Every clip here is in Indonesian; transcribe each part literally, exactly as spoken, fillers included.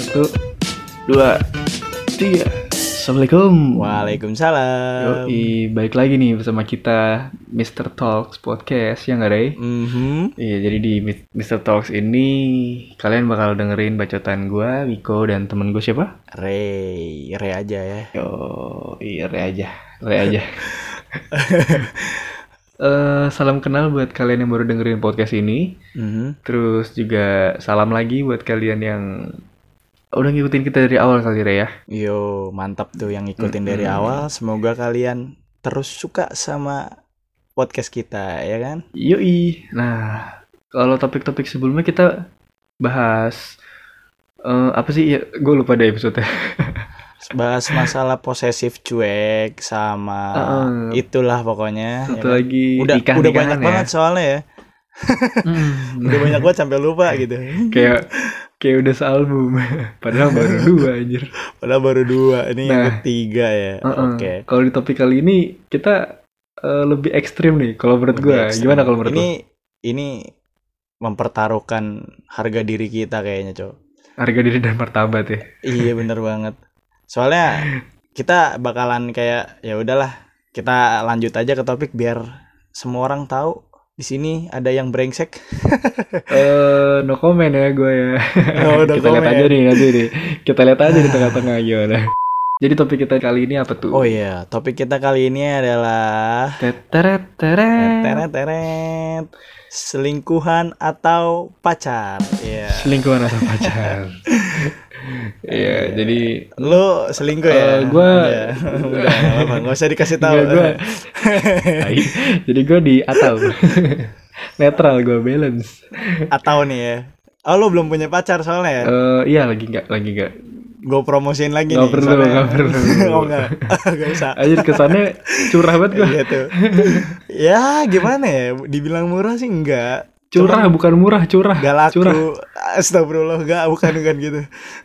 Satu, dua, tiga. Assalamualaikum. Waalaikumsalam. Yoi, balik lagi nih bersama kita mister Talks Podcast, ya nggak, Ray? Mm-hmm. Iya, jadi di mister Talks ini kalian bakal dengerin bacotan gue, Wiko, dan temen gue siapa? Ray, Ray aja ya. Yo, iya Ray aja, Ray aja. Uh, salam kenal buat kalian yang baru dengerin podcast ini. Mm-hmm. Terus juga salam lagi buat kalian yang udah ngikutin kita dari awal kali, Ray ya. Yo, mantap tuh yang ngikutin mm-hmm. dari awal. Semoga kalian terus suka sama podcast kita, ya kan? Yoi. Nah, kalau topik-topik sebelumnya kita bahas uh, apa sih? Ya, gue lupa deh episode-nya. Bahas masalah posesif cuek sama uh, itulah pokoknya. Satu ya lagi udah nikah, udah banyak ya. banget soalnya ya. hmm. Udah banyak banget sampai lupa gitu. Kayak kayak udah sealbum. Padahal baru dua anjir. Padahal baru dua. Ini nah, yang ketiga ya. Uh-uh. Oke. Okay. Kalau di topik kali ini kita uh, lebih ekstrim nih kalau menurut gue. Gimana kalau menurut Ini lo? Ini mempertaruhkan harga diri kita kayaknya, Cok. Harga diri dan martabat ya. Iya bener banget. Soalnya kita bakalan kayak ya udahlah, kita lanjut aja ke topik biar semua orang tahu di sini ada yang brengsek. uh, no comment ya gue ya. Oh, no kita comment. Lihat aja nih nanti nih. Kita lihat aja di tengah-tengah gimana. Jadi topik kita kali ini apa tuh? Oh iya, topik kita kali ini adalah teteret teret teret teret selingkuhan atau pacar. Iya. Yeah. Selingkuhan atau pacar. Iya, jadi lu selingkuh ya? Uh, gue ya, udah nggak apa-apa, nggak usah dikasih tahu. Gue, jadi gue di atau netral, gue balance. Atau nih ya? Oh, lu belum punya pacar soalnya ya? Uh, iya lagi nggak, lagi nggak. Gue promosiin lagi gak nih. Perlu, soalnya. Gak perlu, gak perlu. Oh nggak, nggak usah. Aja kesannya curah banget gue. Iya tuh. Ya gimana ya? Dibilang murah sih enggak. Curah. Cuman, bukan murah, curah. Gak laku. Curah. Astagfirullah, gak, bukan bukan gitu.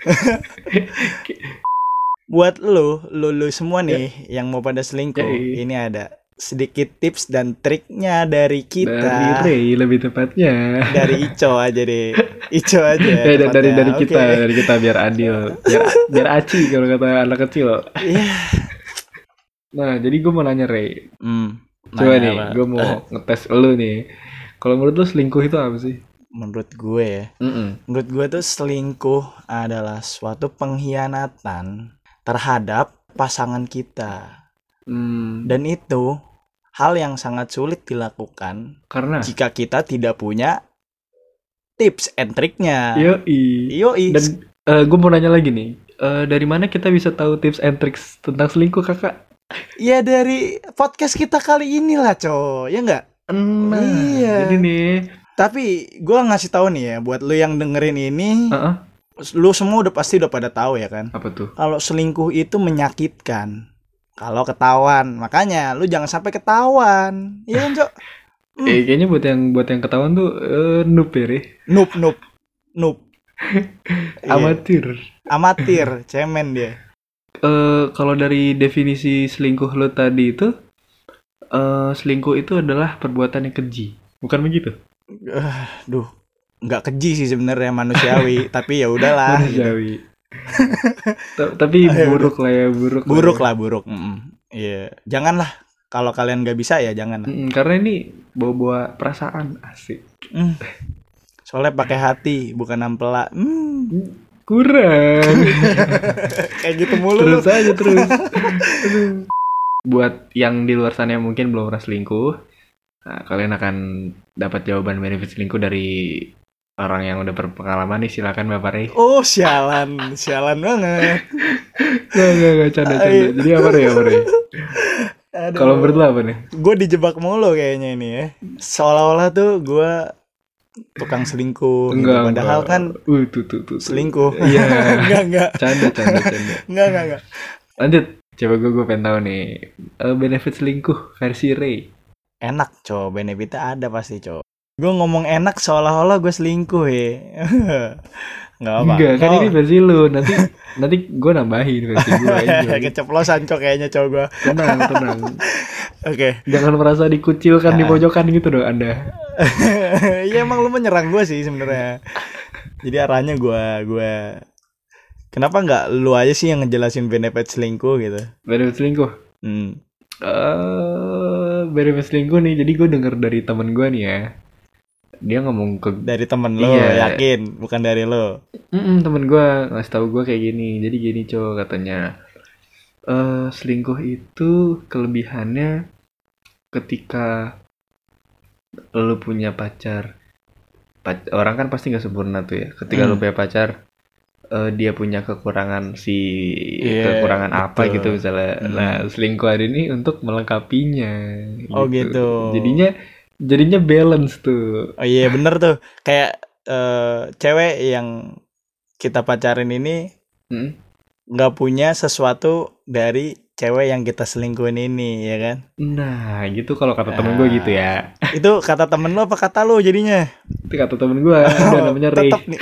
Buat lu, lu, lu semua nih ya, yang mau pada selingkuh, ya, ini ada sedikit tips dan triknya dari kita. Dari Ray lebih tepatnya. Dari Ico aja deh. Ico aja. Ya, dari dari kita, okay. dari kita biar adil, biar biar aci kalau kata anak kecil. Iya. Yeah. Nah, jadi gue mau nanya Ray. Hmm, Coba nih, gue mau uh. ngetes lu nih. Kalau menurut lu selingkuh itu apa sih? Menurut gue ya, Mm-mm. menurut gue tuh selingkuh adalah suatu pengkhianatan terhadap pasangan kita. Mm. Dan itu hal yang sangat sulit dilakukan karena jika kita tidak punya tips and triknya. Yoi. Yoi. Dan uh, gue mau nanya lagi nih, uh, dari mana kita bisa tahu tips and tricks tentang selingkuh, kakak? Ya dari podcast kita kali inilah, coy. Ya nggak? Nah, iya. Jadi nih. Tapi gue ngasih tahu nih ya, buat lu yang dengerin ini, uh-uh. lu semua udah pasti udah pada tahu ya kan? Apa tuh? Kalau selingkuh itu menyakitkan. Kalau ketahuan, makanya lu jangan sampai ketahuan. Iya kan, Cok? Hmm. Eh, kayaknya buat yang buat yang ketahuan tuh uh, noob ya, Re. Noob, noob, noob. Amatir. Amatir, cemen dia. Uh, kalau dari definisi selingkuh lo tadi itu, uh, selingkuh itu adalah perbuatan yang keji, bukan begitu? Uh, duh, nggak keji sih sebenarnya, manusiawi. Tapi ya udahlah. Manusiawi. Gitu. Tapi buruk lah ya, buruk. Buruk lah, ya. lah buruk. Iya, yeah. Janganlah. Kalau kalian nggak bisa ya jangan. Mm, karena ini bawa-bawa perasaan, asik. Mm. Soalnya pakai hati, bukan ampela. Mm. Kurang. Kayak gitu mulu. Terus aja terus. Buat yang di luar sana yang mungkin belum pernah selingkuh, nah, kalian akan dapat jawaban benefit selingkuh dari orang yang udah berpengalaman nih. Silakan Bapak Ray. Oh sialan, sialan banget. Gak gak gak canda canda. Jadi apa Ray apa Ray? Kalau menurut lo apa nih? Gue dijebak mulu kayaknya ini ya. Seolah-olah tuh gue tukang selingkuh. Enggak, gitu. Padahal enggak. kan uh, tuh, tuh, tuh, tuh. selingkuh. Iya. Enggak enggak. Canda canda canda. Enggak enggak enggak. Lanjut. Coba gue gue pengen tahu nih uh, benefit selingkuh versi Ray. Enak cow, benefitnya ada pasti cow. Gue ngomong enak seolah-olah gue selingkuh ya. Nggak apa. Enggak, kan oh. ini versi lu. Nanti nanti gue nambahin versi gue aja. Keceplosan cok kayaknya cow gue. Tenang, tenang. Oke. Okay. Jangan merasa dikucilkan nah. di pojokan gitu dong Anda. Iya emang lu menyerang gue sih sebenarnya. Jadi arahnya gue gue Kenapa nggak lu aja sih yang ngejelasin benefit selingkuh gitu? Benefit selingkuh. Hmm. Eh, benefit selingkuh nih. Jadi gue denger dari temen gue nih ya. Dia ngomong ke Dari temen lo, iya, yakin, bukan dari lo. mm temen gue ngasih tahu gue kayak gini. Jadi gini cowok katanya. Eh selingkuh itu kelebihannya ketika lu punya pacar. Pac- orang kan pasti nggak sempurna tuh ya. Ketika lu Hmm. punya pacar, eh, dia punya kekurangan si Iya, kekurangan apa betul. gitu misalnya. Nah, Hmm. selingkuhan ini untuk melengkapinya Oh gitu. gitu. Jadinya jadinya balance tuh. Oh iya bener tuh. Kayak eh, cewek yang kita pacarin ini Hmm? nggak punya sesuatu dari cewek yang kita selingkuhin ini, ya kan? Nah, gitu kalau kata temen gue gitu Ah, ya. itu kata temen lo apa kata lo jadinya? Itu kata temen gue ada Oh, namanya Ray. tetep nih.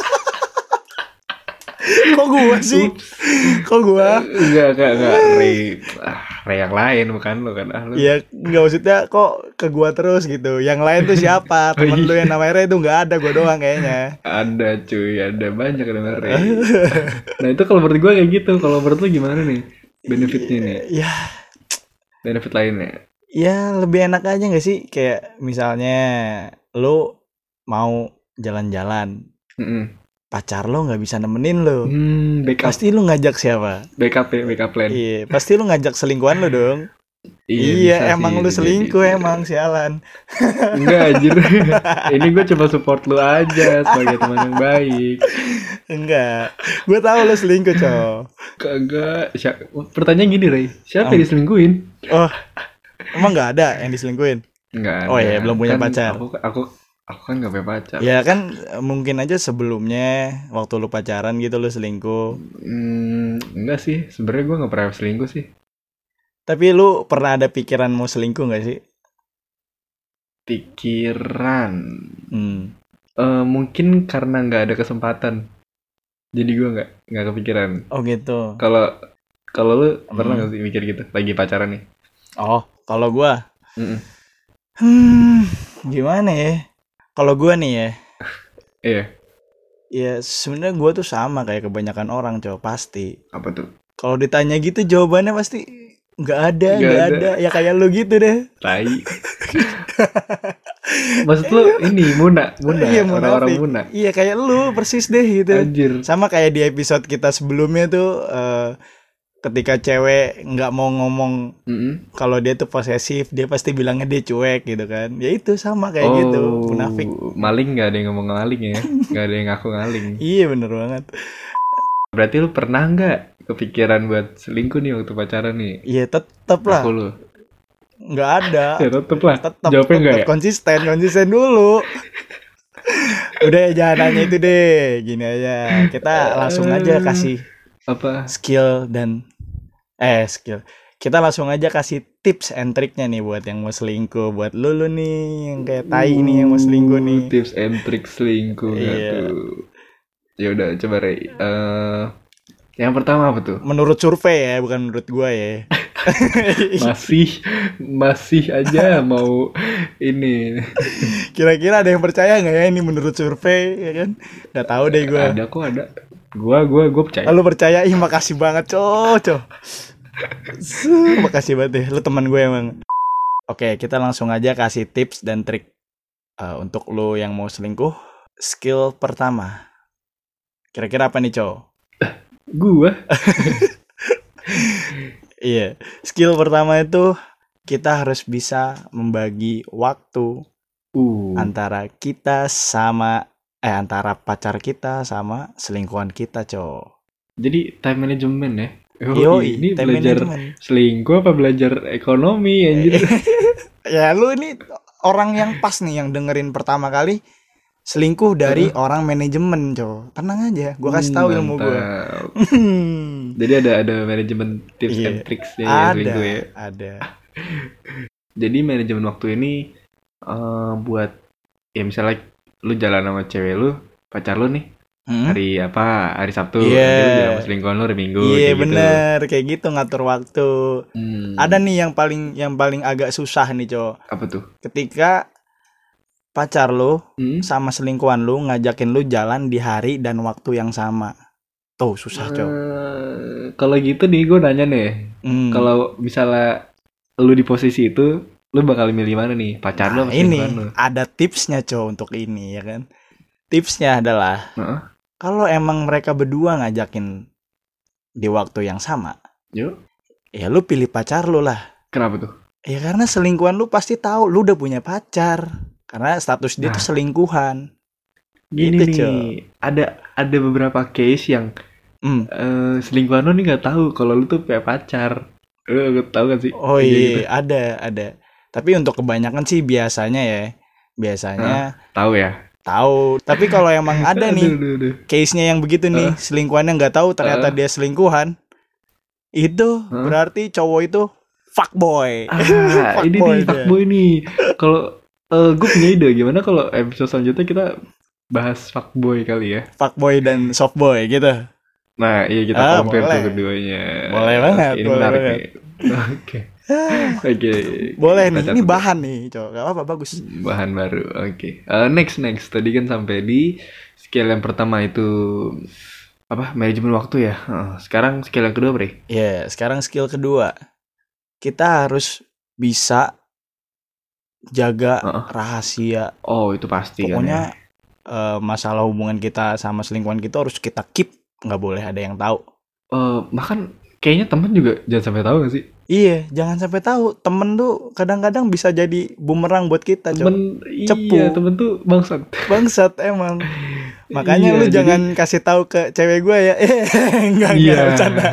Kok gua sih? Ups. Kok gua? Eh, enggak, enggak, enggak. Ray, ah, Ray yang lain bukan lo kan. Ah, lo. Iya, nggak maksudnya kok ke gua terus gitu. Yang lain tuh siapa? Oh Temen lu yang iya. namanya Ray tuh nggak ada, gua doang kayaknya. Ada cuy, ada banyak yang namanya Ray. Nah, itu kalau menurut gue kayak gitu. Kalau menurut lo gimana nih? Benefitnya nih. Ya, Benefit lainnya. ya lebih enak aja nggak sih? Kayak misalnya lu mau jalan-jalan, Mm-mm. pacar lo nggak bisa nemenin lo. Hmm, backup. Pasti lu ngajak siapa? Backup ya, backup plan. Iya, pasti lu ngajak selingkuhan lo dong. Iya, Iya, bisa sih emang lu itu jadi selingkuh sih. emang sialan. Enggak anjir. Ini gue coba support lu aja sebagai teman yang baik. Enggak. Gue tahu lu selingkuh, cow. Kagak. Sya- Pertanyaan gini, Ray. Siapa yang Em, diselingkuhin? oh, emang nggak ada yang diselingkuhin? Enggak Oh ada. iya, belum punya Kan pacar. aku aku aku kan gak punya pacar. Ya kan eh, mungkin aja sebelumnya waktu lu pacaran gitu lu selingkuh. Hmm, enggak sih. Sebenarnya gue gak pernah selingkuh sih. Tapi lu pernah ada pikiran mau selingkuh nggak sih? Pikiran. Hmm. Eh, mungkin karena nggak ada kesempatan. Jadi gue nggak nggak kepikiran. Oh gitu. Kalau kalau lu pernah Hmm. nggak sih mikir gitu? Lagi pacaran nih. Oh, kalau gua, Mm-mm. hmm, gimana ya? Kalau gua nih ya, Iya. ya sebenarnya gua tuh sama kayak kebanyakan orang, cow, pasti. Apa tuh? Kalau ditanya gitu jawabannya pasti nggak ada, Nggak nggak ada. ada. Ya kayak lu gitu deh. Tai. Maksud lu ini muna, muna, Iya orang-orang munafik. muna. Iya kayak lu persis deh gitu. Anjir. Sama kayak di episode kita sebelumnya tuh eh, ketika cewek nggak mau ngomong Mm-mm. kalau dia tuh posesif, dia pasti bilangnya dia cuek gitu kan. Ya itu sama kayak gitu, Oh, munafik. maling nggak ada yang ngomong ngaling ya? Nggak ada yang ngaku ngaling. Iya bener banget. Berarti lu pernah nggak kepikiran buat selingkuh nih waktu pacaran nih? Iya tetep Aku lah, lu. nggak ada. Ya tetep lah. Tetep Jawabnya nggak tetep ya? konsisten, konsisten dulu. Udah jangan nanya itu deh, gini aja. Kita langsung aja Eh, kasih apa? skill dan eh skill. Kita langsung aja kasih tips and triknya nih buat yang mau selingkuh, buat lu lu nih yang kayak tai nih yang mau selingkuh Uh, nih. tips and trick selingkuh nggak Iya. tuh? Ya udah coba Ray. Eh, yang pertama apa tuh? Menurut survei ya, bukan menurut gua ya. Masih masih aja mau ini. Kira-kira ada yang percaya nggak ya ini menurut survei ya kan? Nggak tahu deh gua. Ada kok ada. Gua gua gua percaya. Lalu percaya, ih makasih banget cow, cow. Su, makasih banget deh, lu teman gue emang. Oke, kita langsung aja kasih tips dan trik eh, untuk lu yang mau selingkuh. Skill pertama, kira-kira apa nih cow? Gua Iya, skill pertama itu kita harus bisa membagi waktu uh antara kita sama eh antara pacar kita sama selingkuhan kita, cow. jadi time management ya. Oh, Yoi, ini time belajar management. selingkuh apa belajar ekonomi anjir? Ya lu ini orang yang pas nih yang dengerin pertama kali selingkuh dari orang manajemen, cow. Tenang aja, gua kasih tahu Hmm, ilmu gua. mantap. Hmm, Jadi ada ada manajemen tips Iya. and tricksnya ya ada, selingkuh ya. ada. Jadi manajemen waktu ini eh, buat ya misalnya lu jalan sama cewek lu, pacar lu nih Hmm? hari apa? Hari Sabtu. Iya. Nanti lu jalan sama selingkuhan lu hari Minggu Iya kayak gitu. bener, kayak gitu ngatur waktu. Hmm, Ada nih yang paling yang paling agak susah nih, cow. apa tuh? Ketika pacar lu Hmm? sama selingkuhan lu ngajakin lu jalan di hari dan waktu yang sama. Tuh susah cok. Eh, kalau gitu nih gue nanya nih, Hmm. kalau misalnya lu di posisi itu, lu bakal milih mana nih? Pacar lu Nah apa selingkuhan ini lu? ada tipsnya cok untuk ini ya kan. Tipsnya adalah Heeh. kalau emang mereka berdua ngajakin di waktu yang sama, Yuk. ya lu pilih pacar lu lah. Kenapa tuh? Ya karena selingkuhan lu pasti tahu lu udah punya pacar. Karena status dia tuh Nah, selingkuhan. gini Gitu, nih, Cok. ada ada beberapa case yang Hmm. eh, selingkuhan lu nih nggak tahu kalau lu tuh punya pacar. Lu tahu gak sih? Oh Kayak gitu. iya, ada, ada. Tapi untuk kebanyakan sih biasanya ya, Heeh, biasanya tahu ya? tahu. Tapi kalau emang ada Aduh, nih aduh, aduh. case-nya yang begitu nih, Heeh, selingkuhannya nggak tahu ternyata heeh, dia selingkuhan, itu heeh. berarti cowok itu fuckboy. Ah, ini nih Fuckboy dia. fuckboy nih. Kalau eh, gue punya ide gimana kalau episode selanjutnya kita bahas fuckboy kali ya. Fuckboy dan softboy gitu. Nah, iya kita Ah, compare tuh boleh. keduanya. Boleh banget, Oke, ini boleh menarik banget. nih. Oke. Oke. Boleh Kita nih, ini catat tuh. bahan nih, cowok. Gak apa-apa, bagus. Bahan baru. Oke. Eh, next next. Tadi kan sampai di skill yang pertama itu apa? Manajemen waktu ya. Heeh. Sekarang skill yang kedua, Bre. Ya, sekarang skill kedua. Kita harus bisa jaga Heeh. rahasia. Oh, itu pasti kan ya. Pokoknya eh, masalah hubungan kita sama selingkuhan kita harus kita keep, nggak boleh ada yang tahu. Eh, bahkan kayaknya temen juga jangan sampai tahu gak sih? Iya, jangan sampai tahu. Temen tuh kadang-kadang bisa jadi bumerang buat kita, Cok. Temen, Cepu. iya temen tuh bangsat. Bangsat emang. Makanya Iya, lu jadi- jangan kasih tahu ke cewek gue ya. Eh, enggak, Iya. enggak bercanda.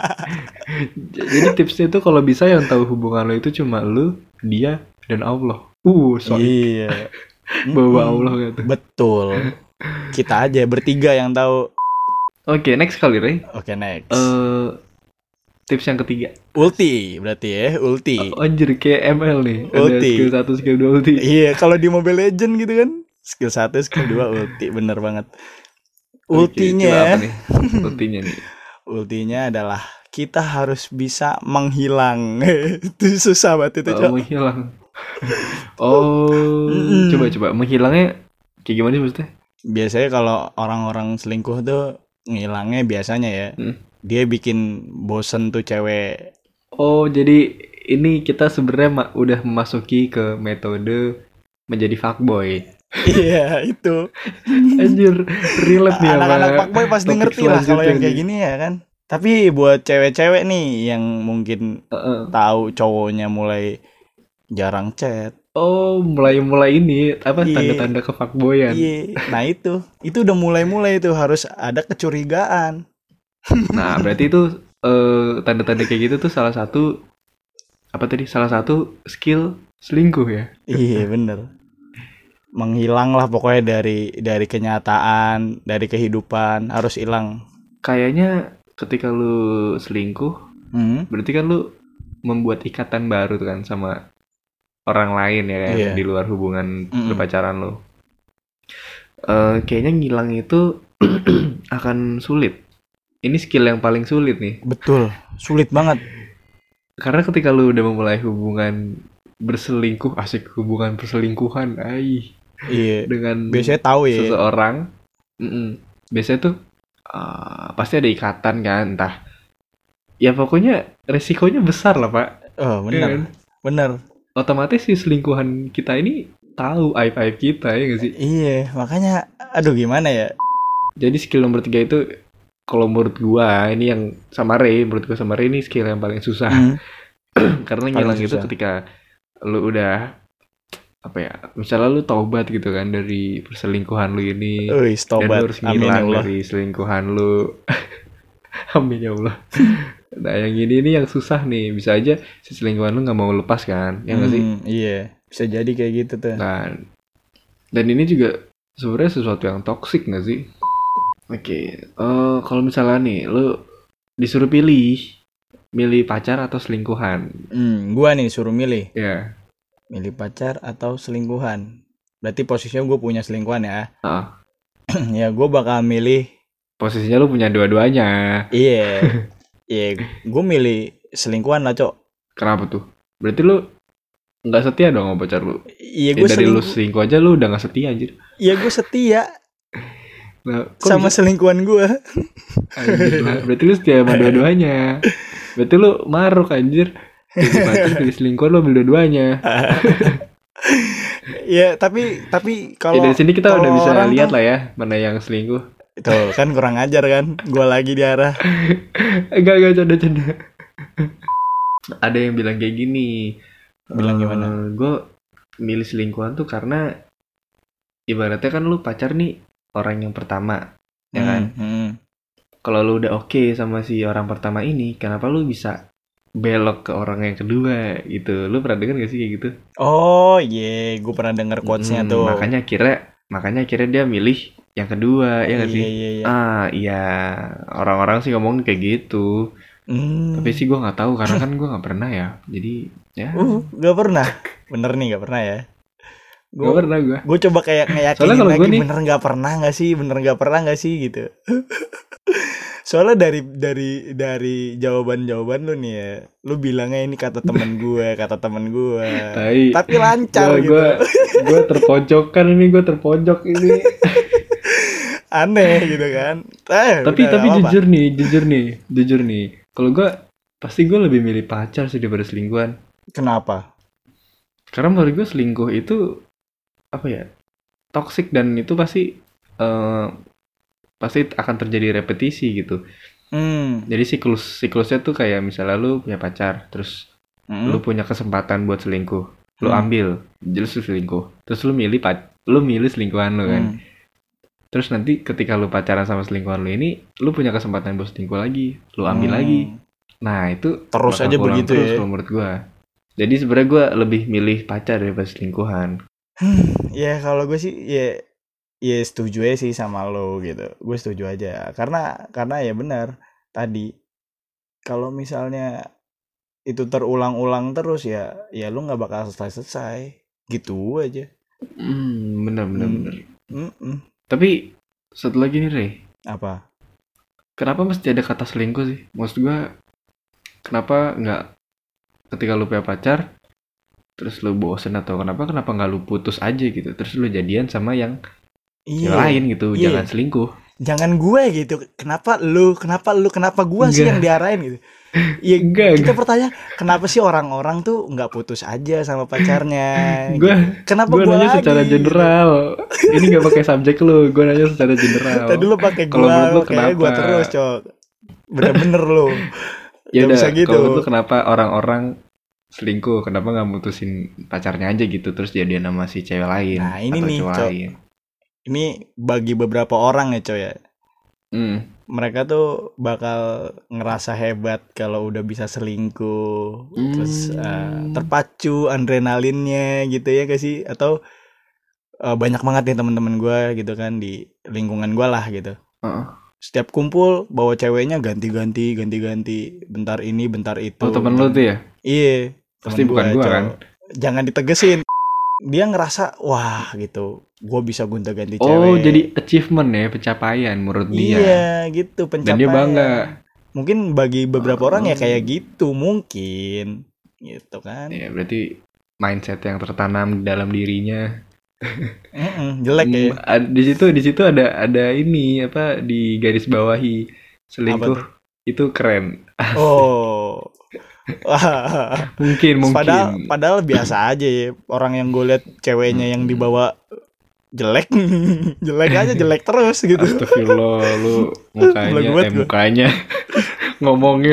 Jadi tipsnya tuh kalau bisa yang tahu hubungan lo itu cuma lu, dia, dan Allah. Uh, sorry. Iya. Bawa Mm-mm. Allah gitu. Betul. Kita aja bertiga yang tahu. Oke, next kali, Ray. Oke, next. Eh, tips yang ketiga. Ulti berarti ya, ulti. Oh, anjir, kayak M L nih. Ada Ulti. skill satu, skill dua, ulti. Iya, kalau di Mobile Legend gitu kan. Skill satu, skill dua, ulti. Bener banget. Oke, coba apa Ultinya, nih? Ultinya nih. ultinya adalah kita harus bisa menghilang. Itu susah banget itu, Oh, Cok. menghilang. Oh, Mm-mm. coba-coba. Menghilangnya kayak gimana sih maksudnya? Biasanya kalau orang-orang selingkuh tuh ngilangnya biasanya ya, Hmm. dia bikin bosen tuh cewek. Oh, jadi ini kita sebenarnya ma- udah memasuki ke metode menjadi fuckboy. Iya, itu. Anjir, relate nih sama Anak-anak fuckboy pasti topik ngerti lah kalau yang selanjutnya kayak nih. gini ya kan. Tapi buat cewek-cewek nih yang mungkin Heeh. tahu cowoknya mulai jarang chat. Oh, mulai-mulai ini apa Iya. tanda-tanda kefuckboyan. Iya. Nah itu, itu udah mulai-mulai itu harus ada kecurigaan. Nah, berarti itu eh, tanda-tanda kayak gitu tuh salah satu apa tadi? Salah satu skill selingkuh ya. Iya bener. Menghilang lah pokoknya dari dari kenyataan, dari kehidupan harus hilang. Kayaknya ketika lu selingkuh, Hmm. berarti kan lu membuat ikatan baru tuh kan sama orang lain ya kan, Iya. di luar hubungan Mm-mm. berpacaran lu. Eh, kayaknya ngilang itu akan sulit. Ini skill yang paling sulit nih. Betul, sulit banget. Karena ketika lu udah memulai hubungan berselingkuh, asik hubungan perselingkuhan, ay, Iya. dengan Biasanya tahu ya. seseorang, mm-mm, biasanya tuh ah, pasti ada ikatan kan, entah. Ya pokoknya resikonya besar lah pak. Oh Iya bener, kan? bener. Otomatis si selingkuhan kita ini tahu aib-aib kita ya gak sih? Iya, makanya, aduh gimana ya? Jadi skill nomor tiga itu kalau menurut gua ini yang sama Ray, menurut gua sama Ray ini skill yang paling susah. Hmm. Karena Paling ngilang itu susah. ketika lu udah apa ya, misalnya lu taubat gitu kan dari perselingkuhan lu ini, Uy, dan lu tobat. harus Amin ya ngilang Allah. dari selingkuhan lu. Amin ya Allah. Nah yang ini nih yang susah nih, bisa aja si selingkuhan lu nggak mau lepas kan, ya nggak sih? Hmm, iya, bisa jadi kayak gitu tuh. Nah, dan ini juga sebenarnya sesuatu yang toksik nggak sih? Oke, eh kalau misalnya nih lu disuruh pilih, milih pacar atau selingkuhan, Hmm, gua nih suruh milih, ya. milih pacar atau selingkuhan. Berarti posisinya gue punya selingkuhan ya. Ah, Ya gue bakal milih, posisinya lu punya dua-duanya. iya, iya, gue milih selingkuhan lah cok. Kenapa tuh? Berarti lu nggak setia dong sama pacar lu? Iya Ya, gue dari lu selingkuh, selingkuh aja lu udah nggak setia anjir. iya gue setia. Nah, kok sama bisa? selingkuhan gue. Anjir, lah. Berarti lu setia sama dua-duanya. Berarti lu maruk anjir. Pilih pacar, pilih selingkuhan, lu ambil dua-duanya. Ya tapi tapi Ya dari kalau sini kita udah kalau bisa orang lihat tuh lah ya mana yang selingkuh. itu kan kurang ajar kan, gue lagi diarah. Enggak, enggak, canda-canda. Ada yang bilang kayak gini. Bilang gimana? Eh, gue milih selingkuhan tuh karena ibaratnya kan lu pacar nih orang yang pertama, ya kan? Hmm, hmm. Kalau lu udah oke sama si orang pertama ini, kenapa lu bisa belok ke orang yang kedua gitu? Lu pernah denger gak sih kayak gitu? Oh iya, gue pernah denger quotes-nya Mm, tuh. makanya kira makanya kira dia milih yang kedua, ya gak Iya sih? iya iya. Ah, iya, orang-orang sih ngomong kayak gitu. Hmm. Tapi sih gue nggak tahu karena kan gue nggak pernah ya. Jadi ya Uh, gak pernah. Bener nih gak pernah ya. nggak Gue pernah gue. gue coba kayak Soalnya ngeyakinin kalau gue lagi, nih, bener gak pernah gak sih, bener gak pernah gak sih gitu. Soalnya dari dari dari jawaban-jawaban lu nih ya, lu bilangnya ini kata temen gue, kata temen gue, tai, tapi lancar gue gitu. gue gue terpojokkan ini, gue terpojok ini. Aneh gitu kan. Eh, tapi udah tapi gak apa-apa. jujur nih, jujur nih, jujur nih. Kalau gue pasti gue lebih milih pacar sih daripada selingkuhan. Kenapa? Karena menurut gue selingkuh itu apa ya? Toxic dan itu pasti eh, pasti akan terjadi repetisi gitu. Hmm. Jadi siklus siklusnya tuh kayak misalnya lu punya pacar, terus Hmm. lu punya kesempatan buat selingkuh, lu Hmm. ambil, jelas lu selingkuh, terus lu milih pac, lu milih selingkuhan lu kan. Hmm. Terus nanti ketika lu pacaran sama selingkuhan lu ini, lu punya kesempatan buat selingkuh lagi, lu ambil Hmm. lagi. Nah itu Terus bakal aja keulang begitu terus ya. kalau menurut gua. Jadi sebenarnya gua lebih milih pacar daripada selingkuhan. Ya kalau gue sih ya ya setuju aja sih sama lo gitu. Gue setuju aja. Karena karena ya benar tadi, kalau misalnya itu terulang-ulang terus ya ya lu nggak bakal selesai-selesai. Gitu aja. Hmm, bener bener Hmm. bener. Mm-mm. Tapi satu lagi nih Rey, Apa? kenapa mesti ada kata selingkuh sih? Maksud gua, kenapa nggak ketika lu punya pacar, terus lu bosen atau kenapa kenapa nggak lu putus aja gitu, terus lu jadian sama yang Iya. yang lain gitu, Iya. jangan selingkuh. Jangan gue gitu. Kenapa lu? Kenapa lu? Kenapa gue sih Enggak. yang diarahin gitu? Iya, Enggak, kita enggak. bertanya kenapa sih orang-orang tuh nggak putus aja sama pacarnya? Gue Gitu. Kenapa gue gue nanya lagi? secara Gitu. general. Ini nggak pakai subjek lu, gue nanya secara general. Tadi lu pakai Kalau gua, menurut lu kayak gua kenapa? terus, Cok. Bener-bener lu. Ya Gak udah, bisa gitu. kalau menurut lu kenapa orang-orang selingkuh? Kenapa nggak mutusin pacarnya aja gitu, terus jadian sama si cewek lain Nah, ini atau nih, cowok Cok. lain? Ini bagi beberapa orang ya, Cok ya. Hmm. Mereka tuh bakal ngerasa hebat kalau udah bisa selingkuh. Hmm. Terus uh, terpacu adrenalinnya gitu ya gak sih? Atau uh, banyak banget nih teman-teman gue gitu kan di lingkungan gue lah gitu. Uh-uh. Setiap kumpul bawa ceweknya ganti-ganti, ganti-ganti. Bentar ini, bentar itu. Oh temen lu tuh ya? Iya. Pasti temen bukan gua, gua Cok. kan? Jangan ditegesin. Dia ngerasa wah gitu, gue bisa gonta-ganti cewek. Oh jadi achievement ya, pencapaian menurut dia. Iya gitu, Dan pencapaian. dia bangga. Mungkin bagi beberapa Oh. orang ya kayak gitu mungkin, gitu kan. Ya berarti mindset yang tertanam di dalam dirinya. Mm-mm, jelek ya. Hmm, ad- di situ di situ ada ada ini apa di garis bawahi selingkuh Apa itu keren. Oh. Wah. Mungkin mungkin. Padahal padahal biasa aja ya, orang yang gue liat ceweknya yang dibawa jelek, jelek aja jelek terus gitu. Astagfirullah, lu mukanya Belagu banget eh gua. mukanya ngomongnya.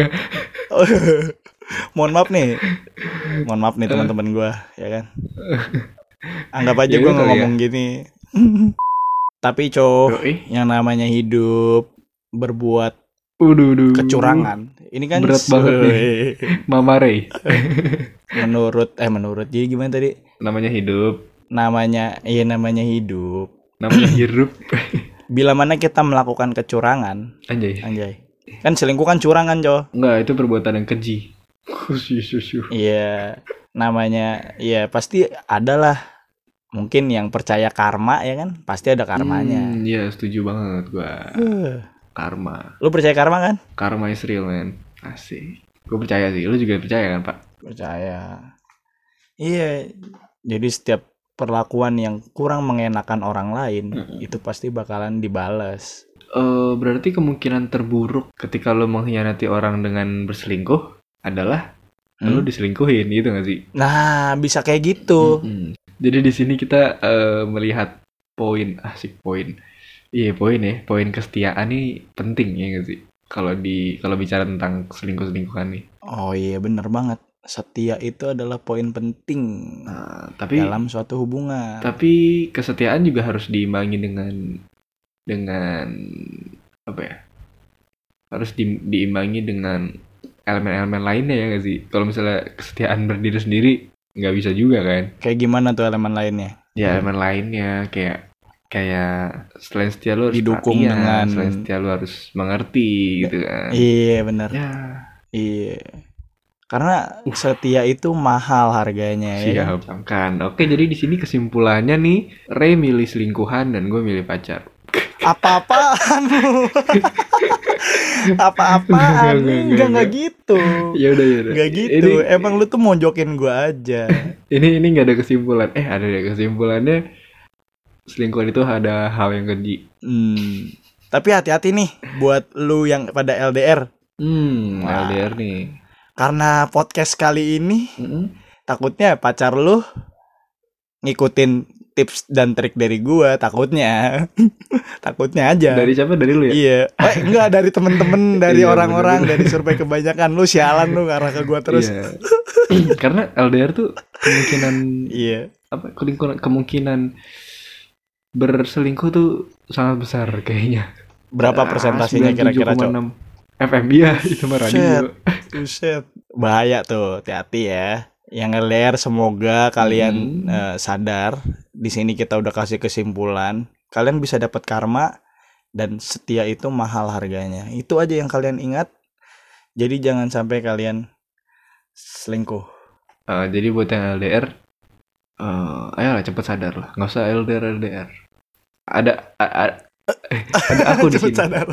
Mohon maaf nih, mohon maaf nih teman-teman gue, ya kan. Anggap aja Ya gue udah kali ngomong gini. Tapi Cok, Yoi. yang namanya hidup berbuat Uduh, uduh. kecurangan, ini kan Berat banget nih. Weh. Mama Ray. menurut eh menurut jadi gimana tadi? Namanya hidup, Namanya iya namanya hidup. namanya hirup. Bila mana kita melakukan kecurangan, Anjay. anjay. Kan selingkuh kan curangan, Cok. Enggak, itu perbuatan yang keji. Khusyuh, khusyuh. Iya, namanya ya pasti adalah mungkin yang percaya karma ya kan, pasti ada karmanya. Hmm, iya, setuju banget gua. Uh. Karma. Lu percaya karma kan? Karma is real, man. Asik. Gue percaya sih. Lu juga percaya kan, Pak? Percaya. Iya. Jadi setiap perlakuan yang kurang mengenakan orang lain, Mm-mm. itu pasti bakalan dibales. Eh, berarti kemungkinan terburuk ketika lo mengkhianati orang dengan berselingkuh adalah lo Hmm? diselingkuhin gitu gak sih? Nah, bisa kayak gitu. Mm-mm. Jadi di sini kita eh, melihat poin asik poin. Iya poin ya, poin kesetiaan nih penting ya gak sih? Kalau di kalau bicara tentang selingkuh-selingkuhan nih. Oh iya, bener banget. Setia itu adalah poin penting Nah, tapi dalam suatu hubungan. tapi kesetiaan juga harus diimbangi dengan dengan apa ya? Harus di, diimbangi dengan elemen-elemen lainnya ya nggak sih? Kalau misalnya kesetiaan berdiri sendiri nggak bisa juga kan? Kayak gimana tuh elemen lainnya? Ya elemen lainnya kayak kayak selain setia lu harus Didukung perhatian, dengan- selain setia lu harus mengerti gitu kan? Iya, bener. Ya Iya. Karena setia itu mahal harganya ya. kan? siap kan. Oke jadi di sini kesimpulannya nih, Ray milih selingkuhan dan gue milih pacar. Apa-apaan lu? Apa-apaan? Enggak, enggak, Enggak, enggak, enggak gitu. Ya udah ya udah. Enggak gitu. Ini, Emang lu tuh mojokin gua aja. ini ini nggak ada kesimpulan. Eh ada deh kesimpulannya. Selingkuhan itu ada hal yang keji. Hmm. Tapi hati-hati nih buat lu yang pada L D R. Hmm, Wah. L D R nih. Karena podcast kali ini Mm-mm. takutnya pacar lu ngikutin tips dan trik dari gua, takutnya. Takutnya aja. Dari siapa? Dari lu ya? Iya. Eh, enggak dari temen-temen, dari Iya, orang-orang, bener-bener. dari survei kebanyakan. Lu sialan lu ngarah ke gua terus. Iya. Karena L D R tuh kemungkinan Iya. apa? Kemungkinan, kemungkinan berselingkuh tuh sangat besar kayaknya. Berapa persentasinya kira-kira, Cok? sembilan puluh tujuh koma enam F M iya itu mah radio. Buset. Bahaya tuh, hati-hati ya. Yang L D R semoga kalian Hmm. eh, sadar. Di sini kita udah kasih kesimpulan. Kalian bisa dapat karma dan setia itu mahal harganya. Itu aja yang kalian ingat. Jadi jangan sampai kalian selingkuh. Eh, jadi buat yang L D R, eh ayolah cepet sadar lah, nggak usah L D R L D R. Ada a- a- eh, ada aku di Cepet sini. sadar.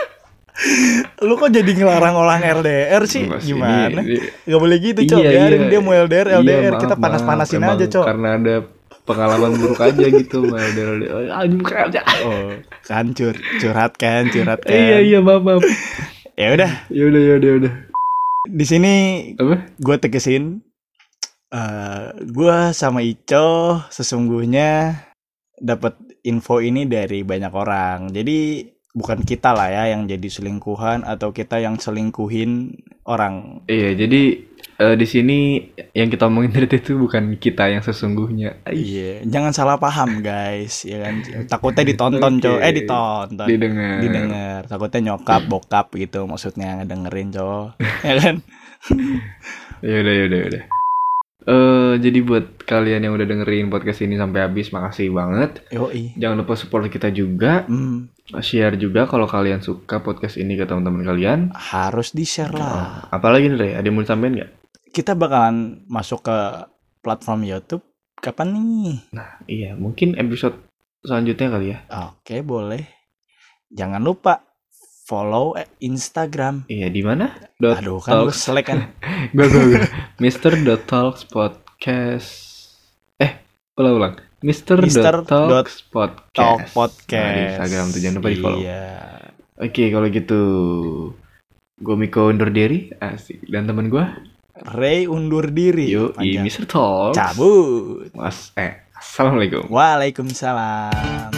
Lu kok jadi ngelarang orang L D R sih? Enggak sih, Gimana? ini- ini- Gak boleh gitu, Cok. Iya, Biarin iya. dia mau L D R, L D R. Iya, maaf, Kita panas-panasin maaf. aja, Emang Cok. Karena ada pengalaman buruk aja gitu sama L D R L D R. Anjing aja. Oh, kan cur curhat kan, curhat kan. Iya iya maaf maaf. Ya udah, Ya udah ya udah ya udah. di sini Apa? gue tegesin eh gue sama Ico sesungguhnya dapat info ini dari banyak orang. Jadi bukan kita lah ya yang jadi selingkuhan atau kita yang selingkuhin orang. Iya jadi eh, di sini yang kita omongin dari itu bukan kita yang sesungguhnya. Iya, jangan salah paham guys, ya kan. Takutnya ditonton, Oke. Cok. Eh ditonton. Didengar. Didengar. Takutnya nyokap, bokap gitu maksudnya ngedengerin, Cok. Ya kan? Ya udah ya udah ya udah. Eh jadi buat kalian yang udah dengerin podcast ini sampai habis, makasih banget. Yoi. Jangan lupa support kita juga. Hmm, Share juga kalau kalian suka podcast ini ke teman-teman kalian. harus di-share lah. Apalagi nih Ray, ada yang mau ditambahin nggak? Kita bakalan masuk ke platform YouTube kapan nih? Iya, mungkin episode selanjutnya kali ya. Oke, boleh. Jangan lupa follow eh, Instagram. Iya, di mana? Dot Aduh, kan gue Talks. selek kan. Gue gue gue. Mister Dot Talks Podcast. Eh, ulang-ulang. Mister Mister Dot Talks Podcast. Talk Nah, di Podcast. Instagram tuh jangan lupa di follow. Iya. Oke, kalau gitu gue Miko undur diri, asik. Dan teman gue, Ray undur diri. yuk, i Panjang. Mister Talks. Cabut. Mas, eh, assalamualaikum. Waalaikumsalam.